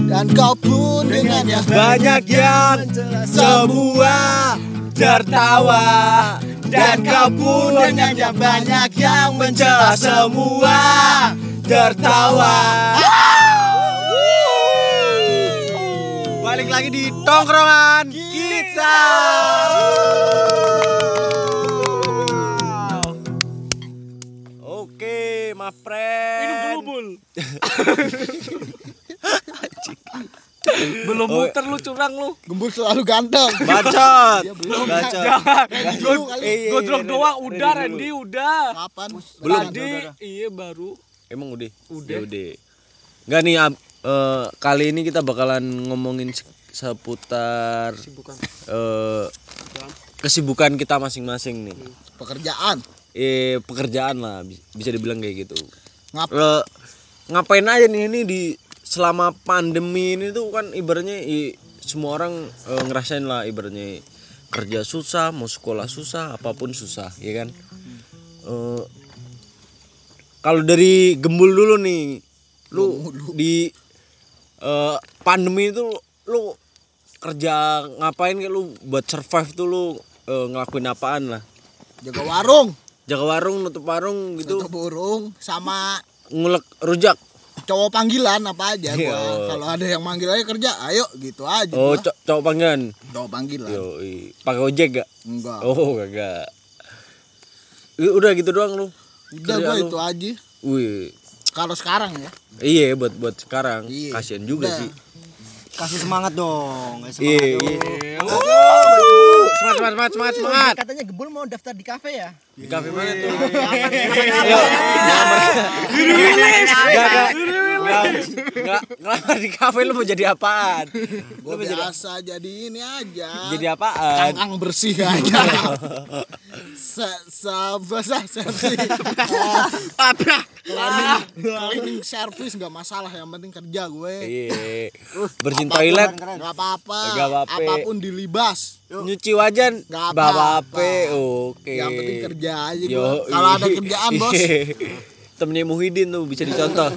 Dan kau pun dengannya banyak yang semua tertawa. Dan kau pun dengannya banyak yang mencela semua tertawa. Balik lagi di tongkrongan kita. Oke, my friend. Minum dulu, Bul. Belum muter lu, curang lu. Gembul selalu ganteng. Bacot. Dia belum. Bacot. Jangan. Dulu kali. Godrok doang udah, Randy udah. Kapan? Belum. Tadi iya baru. Emang udah? Udah. Ya udah. Enggak nih kali ini kita bakalan ngomongin seputar kesibukan kita masing-masing nih. Pekerjaan. Pekerjaan lah bisa dibilang kayak gitu. Ngap- Ngapain aja nih ini di selama pandemi ini tuh kan ibaratnya semua orang ngerasain lah ibaratnya kerja susah, mau sekolah susah, apapun susah, ya kan? Kalau dari Gembul dulu nih, lu di pandemi itu lu kerja ngapain kayak lu buat survive tuh lu ngelakuin apaan lah? Jaga warung. Jaga warung, nutup warung gitu. Tutup burung sama Ngulek rujak. cowok panggilan apa aja gua. Yo. Kalau ada yang manggil aja kerja, ayo gitu aja Oh, gua. cowok panggilan. Cowok panggilan. Yo, pakai ojek gak? Enggak. Oh, kagak. Udah gitu doang lu. Udah Kerja gua lu. itu aja. Wih. Kalau sekarang ya. Iya buat sekarang. Iya. Kasian juga Udah. sih. Kasih semangat dong, Iya. Semangat. Katanya Gebul mau daftar di kafe ya? Di kafe mana tuh? Enggak ngelamar di kafe lu mau jadi apaan? Gua biasa jadi ini aja. Jadi apaan? Kangkang bersih aja. Cleaning service nggak masalah, yang penting kerja gue. Iya. Bersihin toilet Nggak apa-apa. Nggak apa-apa. Apapun dilibas. nyuci wajan Nggak apa-apa. Oke. Yang penting kerja aja gue. Yo, Kalau ada kerjaan bos. Temennya Muhyiddin tuh bisa dicontoh.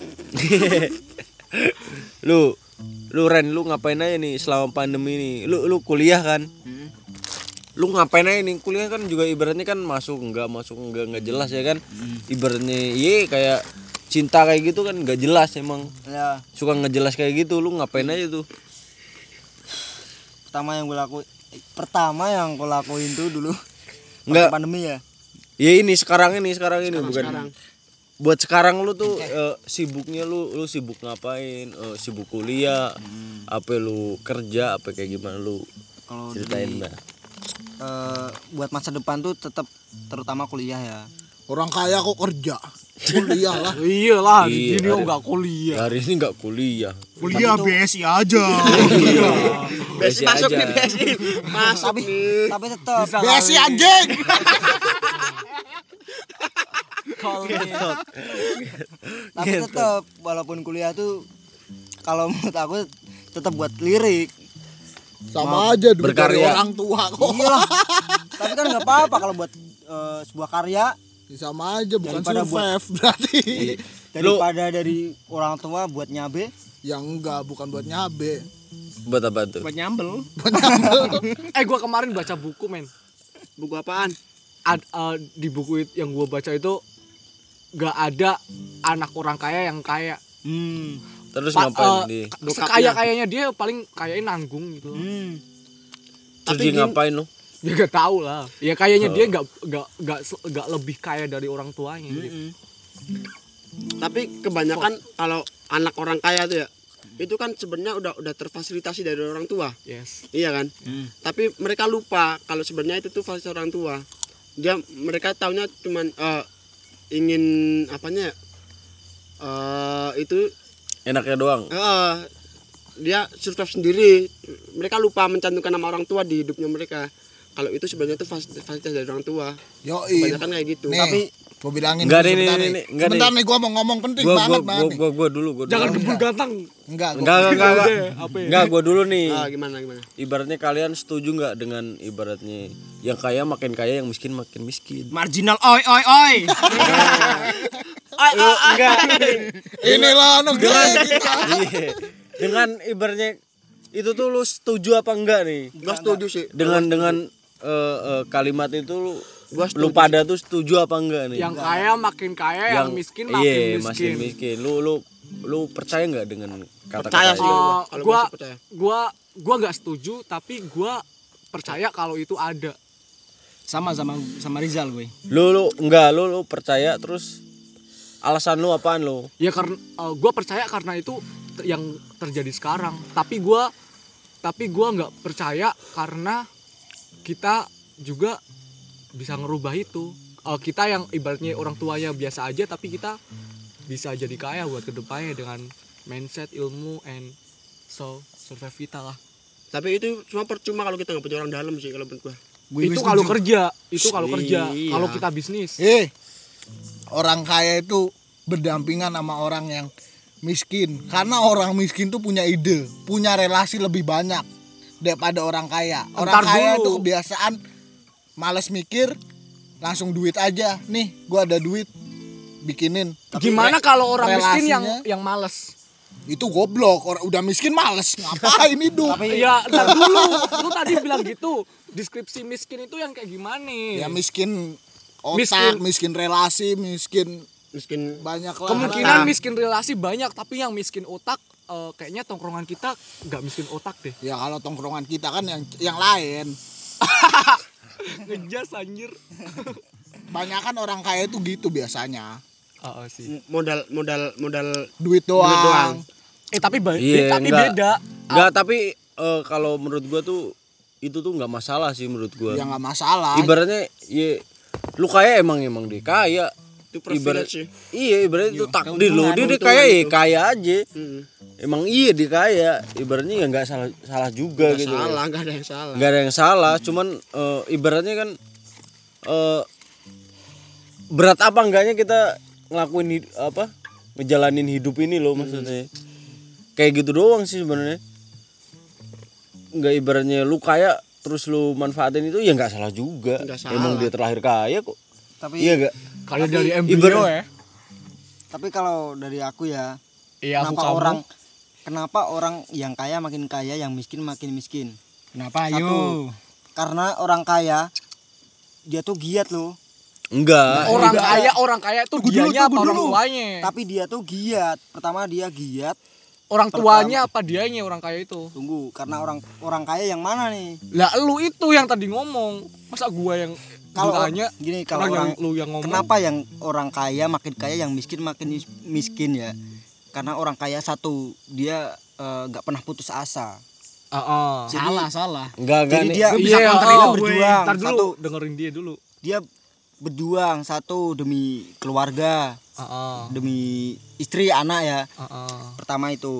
Lu Ren, lu ngapain aja nih selama pandemi ini? Lu kuliah kan? Lu ngapain aja nih? Kuliah kan juga ibaratnya kan masuk enggak jelas ya kan? Ibaratnya kayak cinta kayak gitu kan enggak jelas emang. Ya, Suka ngejelas kayak gitu. Lu ngapain aja tuh? pertama yang aku lakuin tuh dulu Enggak. pandemi ya. Ya ini sekarang ini bukan. Buat sekarang lu tuh sibuknya lu sibuk ngapain? Sibuk kuliah, apa lu kerja, apa kayak gimana lu? Kalau Ceritain di- Mbak. Buat masa depan tuh tetap terutama kuliah ya. Orang kaya kok kerja. Kuliah lah. Iyalah, Iya, di sini ada. enggak kuliah. Hari ini enggak kuliah. Kuliah BSI aja. BSI masuk nih Tapi tetap BSI anjing. tapi tetap walaupun kuliah tuh kalau menurut aku tetap buat lirik. Sama aja duit dari Berkarya. orang tua kok. Iyalah. Tapi kan enggak apa-apa kalau buat sebuah karya Sama aja bukan Daripada survive berarti. daripada dari orang tua buat nyabe. Yang enggak, bukan buat nyabe. Buat apa tuh? Buat nyambel. Gua kemarin baca buku, men. Buku apaan? Di buku yang gua baca itu enggak ada anak orang kaya yang kaya. Terus ngapain di? Sekaya-kayanya dia paling kayaknya nanggung gitu. Terus dia ngapain lu? Dia gak tahu lah. Ya kayaknya dia enggak lebih kaya dari orang tuanya gitu. Tapi kebanyakan kalau anak orang kaya tuh ya, itu kan sebenarnya udah terfasilitasi dari orang tua. Yes. Iya kan? Tapi mereka lupa kalau sebenarnya itu tuh fasilitas orang tua. Mereka taunya cuman ingin apanya ya? Itu Enaknya doang. dia survive sendiri. Mereka lupa mencantumkan nama orang tua di hidupnya mereka. Kalau itu sebenarnya itu fasilitas dari orang tua. Yoi. Kebanyakan kayak gitu. Nih, Tapi gue bilangin Enggak dulu nih, sebentar nih, nih. nih, enggak Sebentar nih. nih gue mau ngomong penting banget nih. Gua dulu. Jangan gebul ganteng. Enggak, Enggak, gua dulu nih. gimana? Ibaratnya kalian setuju nggak dengan ibaratnya yang kaya makin kaya, yang miskin makin miskin? Marginal oi. Enggak. inilah negara kita. Iya. dengan ibaratnya itu tuh lu setuju apa enggak nih? Gua setuju sih. Dengan kalimat itu Gua lu setuju pada tuh setuju apa enggak nih? Yang kaya makin kaya, yang miskin makin iya, miskin. makin miskin. Lu percaya nggak dengan kata-kata Percaya itu? sih gua. Kalau gua sih percaya. Gua nggak setuju, tapi gua percaya kalau itu ada. Sama Rizal gue. Lu percaya terus alasan lu apaan lu? Ya karena gua percaya karena itu yang terjadi sekarang. Tapi gua nggak percaya karena kita juga bisa ngerubah itu. Kita yang ibaratnya orang tuanya biasa aja, tapi kita bisa jadi kaya buat kedepannya dengan mindset, ilmu, and survive kita lah. Tapi itu cuma percuma kalau kita nggak punya orang dalam sih kalau menurut gua. Itu kalau kerja, Iya. kalau kita bisnis. Orang kaya itu berdampingan sama orang yang miskin. Karena orang miskin tuh punya ide, punya relasi lebih banyak daripada orang kaya. Orang Entar kaya dulu. itu kebiasaan males mikir, langsung duit aja. Nih, gua ada duit, bikinin. Gimana kalau orang miskin relasinya- yang males? Itu goblok, orang udah miskin males, ngapain hidup? Ya, ntar dulu. Lu tadi bilang gitu. Deskripsi miskin itu yang kayak gimana? Ya miskin otak, miskin relasi, miskin banyak lah. Kemungkinan miskin relasi banyak, tapi yang miskin otak kayaknya tongkrongan kita nggak miskin otak deh. Ya kalau tongkrongan kita kan yang lain. Ngejas anjir. Banyakan orang kaya itu gitu biasanya. Sih. Modal Duit doang. Tapi Iya, beda. Enggak, tapi kalau menurut gua tuh itu tuh nggak masalah sih menurut gua. Ya nggak masalah. Ibaratnya ya lu kaya emang dia kaya. itu privilege sih. Iya, ibaratnya itu takdir lo. Dia kaya ya kaya aja. Emang iya dia kaya. Ibaratnya ya nggak salah juga Nggak gitu. nggak ada yang salah. Nggak ada yang salah, cuman ibaratnya kan berat apa enggaknya kita ngelakuin ngejalanin hidup ini loh maksudnya. Kayak gitu doang sih sebenarnya. Nggak ibaratnya lu kaya terus lu manfaatin itu ya nggak salah juga. Nggak salah. Emang dia terlahir kaya kok. Tapi Iya nggak? Kayak dari embrio ya. Tapi kalau dari aku ya, Iya, kenapa orang yang kaya makin kaya, yang miskin makin miskin? Kenapa? Satu, karena orang kaya dia tuh giat loh. Enggak. Orang kaya itu dianya apa orang tuanya? Tapi dia tuh giat. Pertama dia giat. Orang tuanya apa dianya orang kaya itu? Tunggu, karena orang kaya yang mana nih? Lah lu itu yang tadi ngomong. Masa gua yang Kalau ditanya? gini, kalau orang lu yang ngomong. kenapa yang orang kaya makin kaya, yang miskin makin miskin ya? Karena orang kaya satu, dia nggak pernah putus asa. Salah. Enggak Jadi nih. dia Lu bisa iya, berjuang. Ntar dulu, Satu, dengerin dia dulu. dia berjuang satu demi keluarga, demi istri anak ya. Pertama itu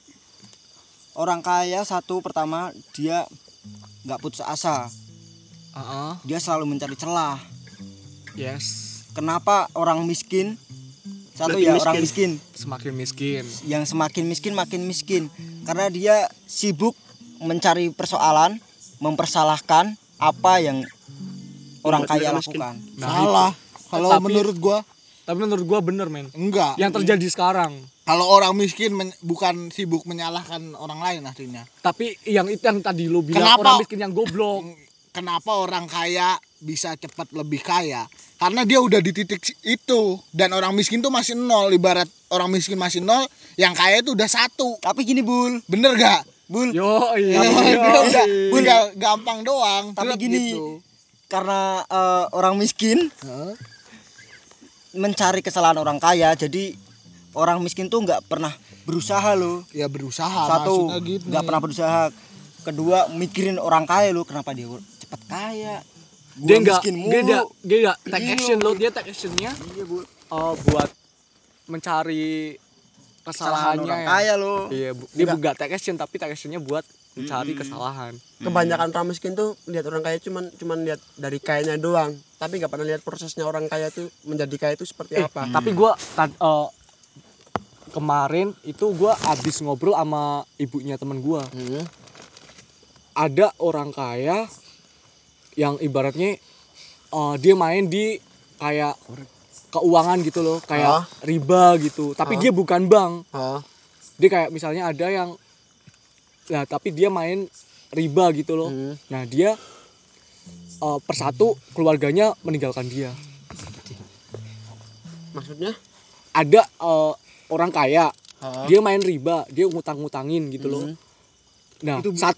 orang kaya satu, pertama dia nggak putus asa, dia selalu mencari celah. Yes. Kenapa orang miskin satu Makin ya miskin. orang miskin Semakin miskin. yang semakin miskin makin miskin karena dia sibuk mencari persoalan, mempersalahkan apa yang orang Membuat kaya mereka miskin. lakukan. Salah. Kalau Tapi- menurut gua Tapi menurut gua bener men. enggak. Yang terjadi sekarang. Kalau orang miskin bukan sibuk menyalahkan orang lain aslinya. Tapi yang itu yang tadi lu bilang Kenapa? orang miskin yang goblok. Kenapa orang kaya bisa cepat lebih kaya? Karena dia udah di titik itu, dan orang miskin tuh masih nol. Ibarat orang miskin masih nol, yang kaya itu udah satu. Tapi gini Bul, Bener gak? Bul, Iya. Dia udah gampang doang. tapi Grab gini, gitu. karena orang miskin mencari kesalahan orang kaya, jadi orang miskin tuh nggak pernah berusaha loh. Ya berusaha Satu, maksudnya gitu. nggak pernah berusaha. Kedua, mikirin orang kaya loh, kenapa dia cepet kaya? Dia Gua enggak miskin dia mulu. enggak take Iya, action Bu. loh, dia take actionnya Iya Bu, buat mencari kesalahan kesalahannya orang ya. kaya loh. Iya, dia enggak take action tapi take actionnya buat mencari kesalahan. Kebanyakan orang miskin tuh lihat orang kaya cuman lihat dari kayanya doang, tapi nggak pernah lihat prosesnya orang kaya tuh menjadi kaya itu seperti apa. Tapi gua kemarin itu gua abis ngobrol sama ibunya temen gua. Ada orang kaya yang ibaratnya dia main di kayak keuangan gitu loh, kayak riba gitu. Tapi dia bukan bank. Dia kayak misalnya ada yang Nah, tapi dia main riba gitu loh. Nah, dia persatu keluarganya meninggalkan dia. Maksudnya? Ada orang kaya, dia main riba, dia ngutang-ngutangin gitu loh. Nah,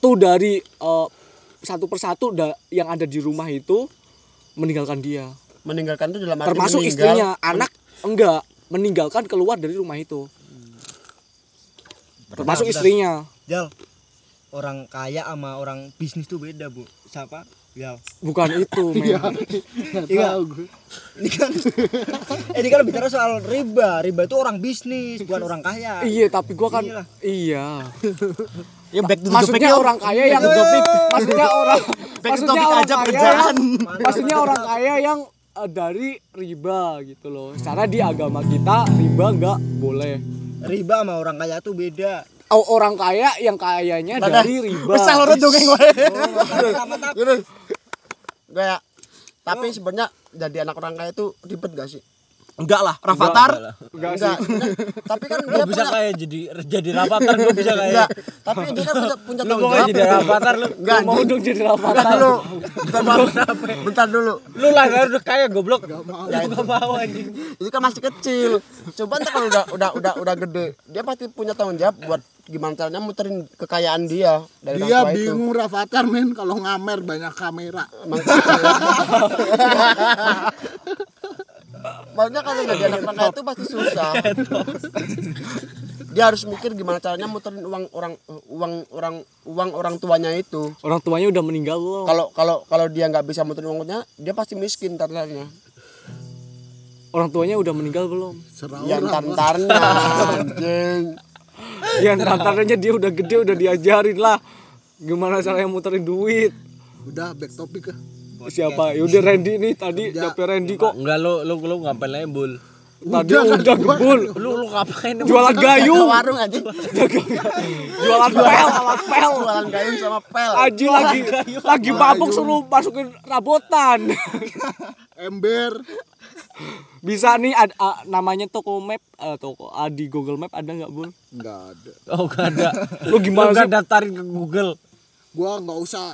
satu persatu yang ada di rumah itu meninggalkan dia. Meninggalkan itu dalam arti Termasuk meninggal, istrinya, anak enggak, meninggalkan keluar dari rumah itu. Termasuk istrinya. Jal, orang kaya sama orang bisnis tuh beda, Bu. Siapa? Jal. Bukan itu, men. Iya. Ini kan bicara soal riba. Riba itu orang bisnis, bukan orang kaya. Iya, tapi gua kan Iyalah. iya. Ya back to the Maksudnya topic, orang kaya yang maksudnya orang maksudnya orang kaya yang dari riba gitu loh. Secara di agama kita riba enggak boleh. Riba sama orang kaya tuh beda. Orang kaya yang kayanya dari riba. Besar orang dongeng wae. Kayak tapi sebenarnya jadi anak orang kaya itu ribet gak sih? Enggak lah. Rafathar? Enggak sih. Tapi kan dia Bisa punya kayak jadi Rafathar, gue bisa kayak. enggak. Tapi dia kan punya Lu tanggung mau jawab. jadi Rafathar lu? Enggak, Mau dong jadi bentar Rafathar. dulu. Bentar dulu. Lu lah udah kaya goblok. Enggak mau anjing. Itu kan masih kecil. Coba ntar kalau udah gede, dia pasti punya tanggung jawab buat gimana caranya muterin kekayaan dia dari Dia orang tua itu. bingung Rafathar men kalau ngamer banyak kamera. Makanya kalau jadi anak orang kaya itu pasti susah. Dia harus mikir gimana caranya muterin uang orang tuanya itu. Orang tuanya udah meninggal loh. Kalau dia nggak bisa muterin uangnya, dia pasti miskin tarnya. Orang tuanya udah meninggal belum? Ya ntar-ntarnya anjing. Ya ntar-ntarnya dia udah gede, udah diajarin lah gimana caranya muterin duit. Udah back topik ya. Siapa? Yaudah Randy nih tadi, jawabnya Randy kok. Enggak, lu ngapain lembul? Tadi udah gebul. Lu ngapain? Jualan gayung. Warung anjing. Jualan pel, alat pel. Jualan gayung sama pel. Aji lagi mabuk suruh masukin rabotan. Ember. Bisa nih namanya toko map, toko di Google Map ada nggak, Bun? Enggak ada. Oh, enggak ada. Lu gimana sih? Daftarin ke Google. Gua nggak usah.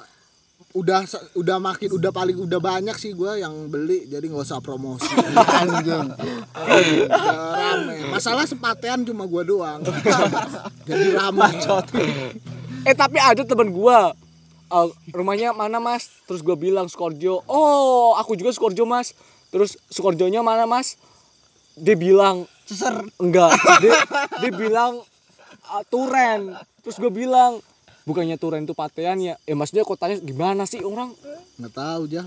Udah banyak sih gua yang beli, jadi nggak usah promosi. Anjing. Udah rame. Masalah sepatean cuma gua doang. Jadi rame. Tapi ada temen gua, rumahnya mana Mas? Terus gua bilang Skorjo. Oh, aku juga Skorjo Mas. Terus Skorjonya mana Mas? Dia bilang Suser. enggak. Dia bilang Turen. Terus gua bilang bukannya Turen itu patean ya? Maksudnya kotanya gimana sih orang? Nggak tahu aja.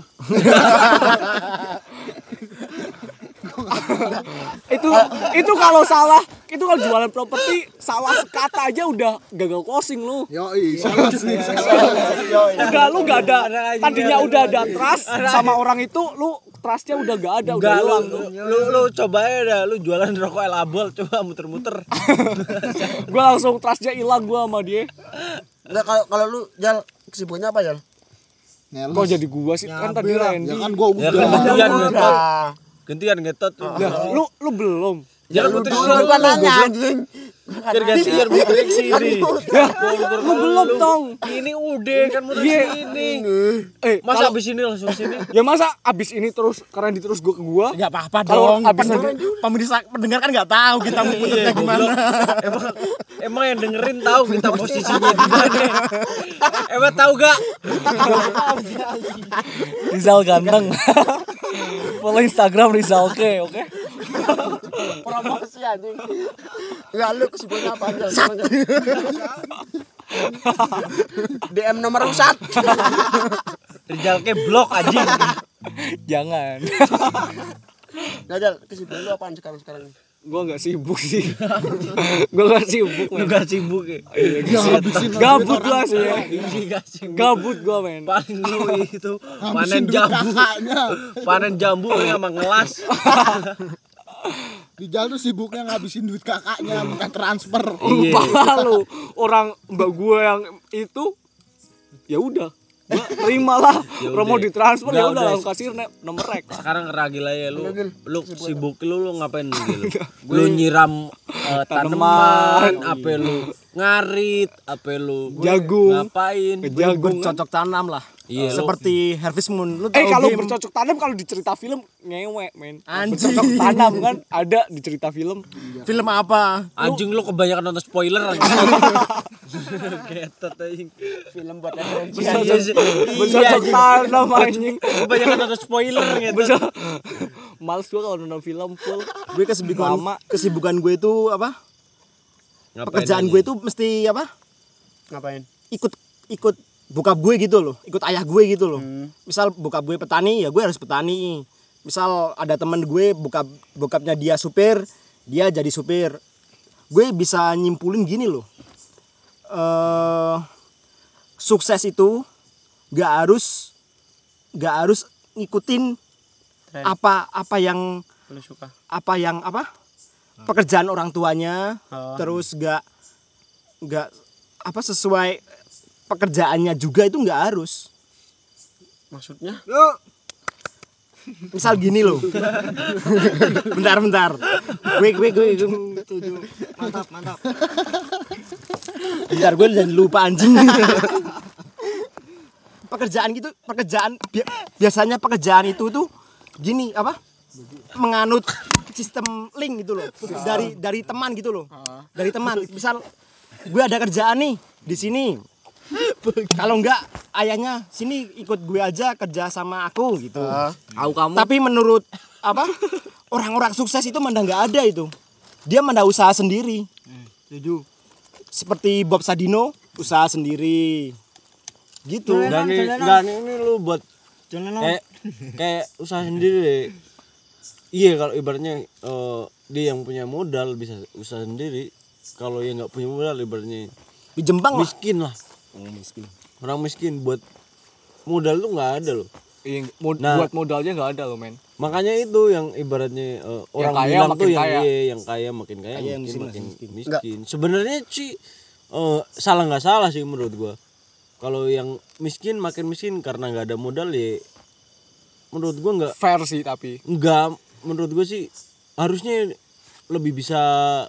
itu kalau salah, itu kalau jualan properti salah sekata aja udah gagal closing lu. Yoi, salah sih. Lu nggak ada, tadinya udah ada trust sama orang itu, lu trustnya udah gak ada, udah hilang. Lu coba ya dah, lu jualan rokok Elabol, coba muter-muter. Gua langsung trustnya hilang gua sama dia. Enggak, kalau lu Jal kesibukannya apa Jal? Kok jadi gua sih? Kan tadi Randy. Ya kan gua Ya udah. kan gantian Udah. ngetot. Gantian ngetot. Nah, lu belum. Ya lu Dulu muterin kan nanya anjing. biar gantian muterin sini. Lu belum dong. Ini udah kan muter sini. Masa abis ini langsung sini? Ya masa abis ini terus Randy terus gua ke gua? Enggak apa-apa Kalau dong. abis Pemirsa pendengar kan enggak tahu kita muternya gimana. Emang yang dengerin tahu kita posisinya di mana? Emang tahu gak? Rizal ganteng. Follow Instagram Rizal oke? Promosi anjing. Enggak, lu kesibukannya apa Jal? DM nomor rusak. Rizal ke blok anjing. Jangan. Nah Jal, kesibukan lu apaan sekarang? Gua nggak sibuk sih. Gua nggak sibuk. Lu gak sibuk ya? Gabut gua sih ya. Gak sibuk. Gabut gua men. Paling lu itu Habisin duit kakaknya. panen jambu sama ngelas. Di jalan tuh sibuknya ngabisin duit kakaknya minta transfer. Lupa lu. Orang mbak gua yang itu ya udah Gua terima lah. Ya Promo udah. ditransfer ya Nggak, udah udah. langsung kasih nomor rek. Sekarang ragil aja lu sibuk lu ngapain Gil? Lu nyiram tanaman, apa lu ngarit, apa lu Jagung. ngapain? Jagung kan? Bercocok tanam lah. Iya, lu- Seperti Harvest Moon. Lu tahu Kalau game bercocok tanam kalau di cerita film ngewek men. Anjing. Bercocok tanam kan ada di cerita film. film apa? Anjing lu kebanyakan nonton spoiler anjing. Ketot anjing. Film buat referensi. Bercocok tanam anjing. Kebanyakan nonton spoiler gitu. Males gua kalau nonton film full. Gue kesibukan gue itu apa? Pekerjaan gue itu mesti apa? Ngapain? Ikut bokap gue gitu loh, ikut ayah gue gitu loh. Misal bokap gue petani, ya gue harus petani. Misal ada teman gue bokapnya dia supir, dia jadi supir. Gue bisa nyimpulin gini loh. Sukses itu gak harus ngikutin apa yang Lu suka. pekerjaan orang tuanya, terus gak sesuai pekerjaannya juga, itu nggak harus. Maksudnya? Misal gini loh. bentar gue Mantap. bentar gue jangan lupa anjing. Biasanya pekerjaan itu tuh gini apa, menganut sistem link gitu loh, dari teman gitu loh, dari teman. Misal gue ada kerjaan nih di sini, kalau enggak ayahnya sini ikut gue aja kerja sama aku gitu. Aku kamu. Tapi menurut apa, orang-orang sukses itu manda nggak ada itu, dia manda usaha sendiri. Setuju. Seperti Bob Sadino, usaha sendiri gitu. Dan ini lu buat kayak usaha sendiri deh. Iya, kalau ibaratnya dia yang punya modal bisa usaha sendiri. Kalau yang nggak punya modal ibaratnya Di Jembang lah. miskin lah. Orang miskin buat modal tuh nggak ada loh. Nah, buat modalnya nggak ada loh men. makanya itu yang ibaratnya orang kaya bilang makin tuh yang kaya. yang kaya makin kaya, Kaya, miskin miskin makin miskin. Sebenarnya sih salah nggak salah sih menurut gua. Kalau yang miskin makin miskin karena nggak ada modal ya, menurut gua nggak Fair sih tapi. menurut gua sih harusnya lebih bisa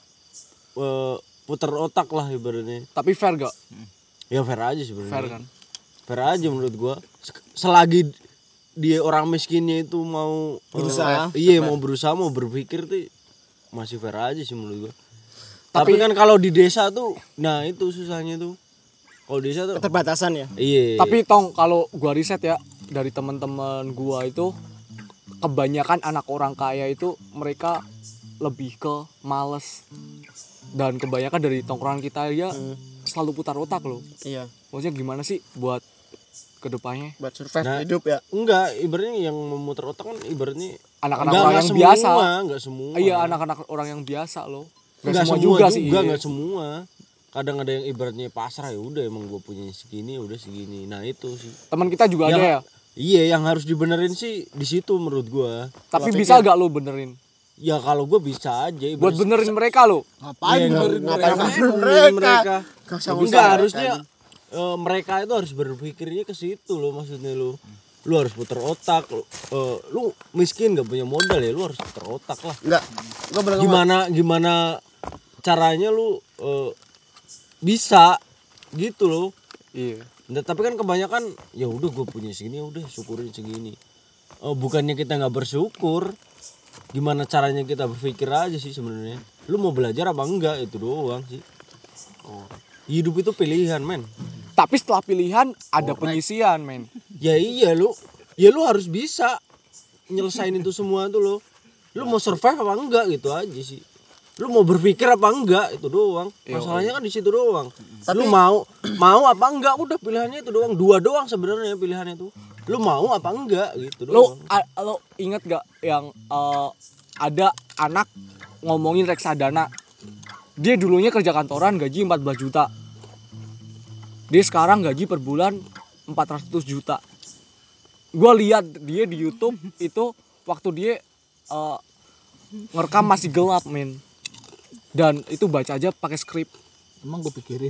putar otak lah ibaratnya. Tapi fair gak? Ya fair aja sebenarnya. Fair kan? Fair aja menurut gua. Selagi dia orang miskinnya itu mau Berusaha. mau berusaha, mau berpikir tuh masih fair aja sih menurut gua. Tapi kan kalau di desa tuh, nah itu susahnya tuh. Kalau di desa tuh Keterbatasan ya. iya. Tapi tong kalau gua riset ya dari teman-teman gua itu kebanyakan anak orang kaya itu mereka lebih ke males, dan kebanyakan dari tongkrongan kita ya selalu putar otak loh. Iya. Maksudnya gimana sih buat kedepannya? Buat survive Nah, hidup ya. enggak, ibaratnya yang memutar otak kan ibaratnya Anak-anak enggak, orang yang semua, biasa. enggak semua. Iya, anak-anak orang yang biasa loh. Enggak semua juga sih. enggak semua. Kadang ada yang ibaratnya pasrah, ya udah emang gue punya segini, udah segini. Nah, itu sih. Teman kita juga ada ya. Iya, yang harus dibenerin sih di situ menurut gua. Tapi bisa gak lo benerin? Ya kalau gua bisa aja. Buat benerin mereka lo. Ngapain benerin mereka. Enggak, harusnya Kan. mereka itu harus berpikirnya ke situ loh, maksudnya lu harus putar otak. Lu miskin gak punya modal ya, lu harus putar otak lah. Enggak. Gua bilang Gimana caranya lu bisa gitu loh. Iya. Nah, tapi kan kebanyakan ya udah gue punya segini, udah syukurin segini. Bukannya kita nggak bersyukur, gimana caranya kita berpikir aja sih sebenarnya. Lu mau belajar apa enggak, itu doang sih. Hidup itu pilihan, men. Tapi setelah pilihan ada penyisian, men. Ya lu harus bisa nyelesain itu semua tuh lo. Lu mau survive apa enggak gitu aja sih. Lu mau berpikir apa enggak, itu doang. Masalahnya kan di situ doang. Lu mau apa enggak, udah pilihannya itu doang. Dua doang sebenarnya pilihannya tuh. Lu mau apa enggak gitu doang. Lo inget gak yang ada anak ngomongin reksadana? Dia dulunya kerja kantoran gaji 14 juta. Dia sekarang gaji per bulan 400 juta. Gua lihat dia di YouTube itu waktu dia ngerekam masih gelap, men. Dan itu baca aja pakai skrip. Emang gue pikirin.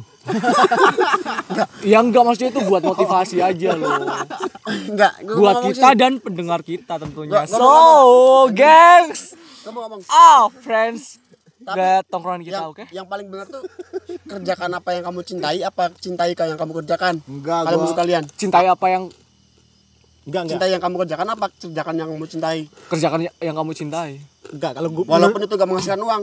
Ya enggak, maksudnya itu buat motivasi aja loh. Enggak, gua Buat ngomong kita sih. dan pendengar kita tentunya. Gua So, gengs. Ngomong. Friends. Udah tongkrongan kita, oke? Yang paling benar tuh kerjakan apa yang kamu cintai, apa cintai yang kamu kerjakan. Enggak, Kalau gua menurut kalian, Cintai apa yang Enggak. cintai yang kamu kerjakan apa kerjakan yang kamu cintai? kerjakan yang kamu cintai. Enggak, kalau gua Walaupun itu gak menghasilkan uang.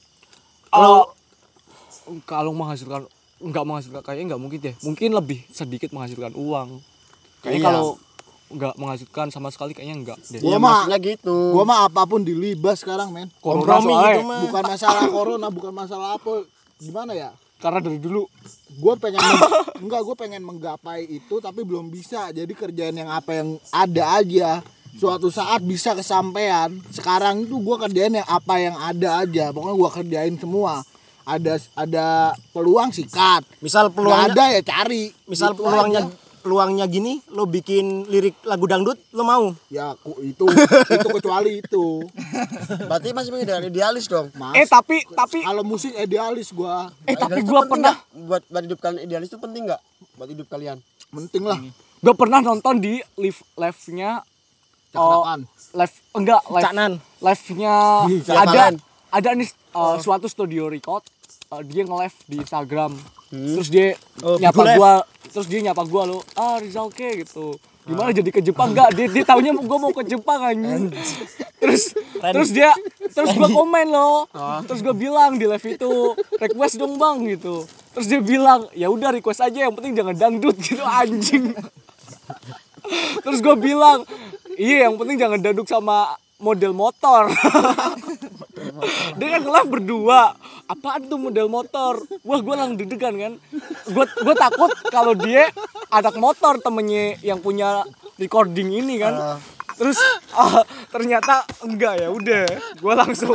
Kalau menghasilkan nggak menghasilkan, kayaknya nggak mungkin deh. Mungkin lebih sedikit menghasilkan uang. Kayaknya Iya. kalau nggak menghasilkan sama sekali kayaknya enggak deh. Gua Ya, mah- maksudnya gitu. Gua mah apapun dilibas sekarang, men. Corona kompromi soalnya. gitu mah. Bukan masalah corona, bukan masalah apa. Gimana ya? Karena dari dulu Gue pengen gue pengen menggapai itu tapi belum bisa. Jadi kerjaan yang apa yang ada aja. Suatu saat bisa kesampaian. Sekarang itu gue kerjain yang apa yang ada aja. Pokoknya gue kerjain semua. Ada peluang sikat. misal Nggak peluangnya ada ya cari. misal Gitu peluangnya gini, lo bikin lirik lagu dangdut, lo mau? aja. Ya itu kecuali itu. Berarti masih idealis dong. Mas, tapi kalau musik idealis gue tapi Idealis tuh gua penting pernah nggak? buat hidup kalian, idealis itu penting nggak buat hidup kalian? penting lah. gue pernah nonton di live-nya Cakrakan. Caknan. live-nya Cakrakan. ada nih suatu studio record, dia nge-live di Instagram. Terus dia nyapa gua lo, Rizal ke gitu. Gimana jadi ke Jepang? Enggak, dia taunya gua mau ke Jepang anjing. Terus gua komen loh. Terus gua bilang di live itu, request dong bang gitu. Terus dia bilang, ya udah request aja, yang penting jangan dangdut gitu anjing. Terus gua bilang, iya yang penting jangan dangdut sama model motor. Dia kan nge-live berdua. Apaan tuh model motor? Wah, gue langsung deg-degan kan. Gue takut kalau dia anak motor temennya yang punya recording ini kan. Terus ternyata enggak, ya udah. Gue langsung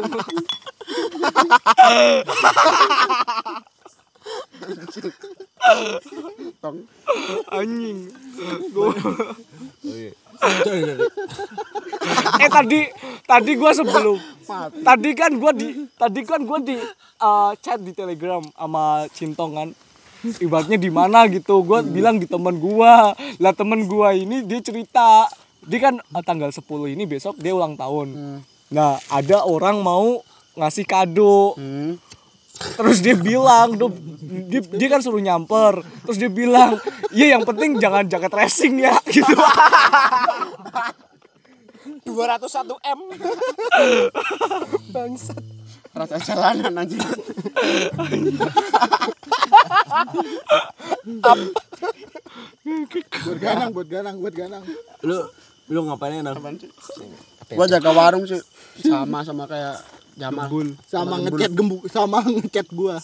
anjing. Tadi gue sebelum tadi kan gue di chat di Telegram sama Cintong kan, ibaratnya di mana gitu. Gue bilang di temen gue lah, temen gue ini dia cerita dia kan tanggal 10 ini besok dia ulang tahun. Nah ada orang mau ngasih kado. Terus dia bilang, dia kan suruh nyamper. Terus dia bilang, iya yang penting jangan jaket racing ya gitu. 201 M. Bangsat. Rasa jalanan anjing. Buat ganang. Lu ngapain enak? Gua jaga warung sih, sama kayak Jamal. Sama ngecat gua.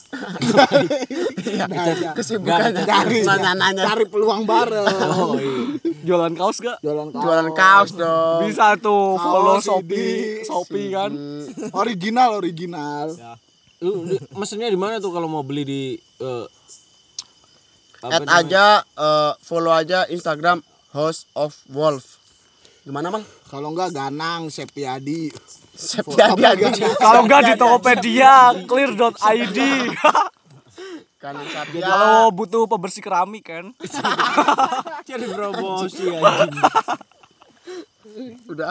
Kesibukannya nanya-nanya. Cari peluang bareng. Oh iya. Jualan kaos gak? Jualan kaos dong. Bisa tuh follow Kaos, Shopee kan. Original. Lu maksudnya di mana tuh kalau mau beli di Add aja, follow aja Instagram House of Wolf. Gimana Mal? Kalau enggak Ganang Septiadi. Septiadi aja. Kalau enggak di Tokopedia clear.id. Kanan Satya. Kalau butuh pembersih keramik kan. cari promosi anjing. Udah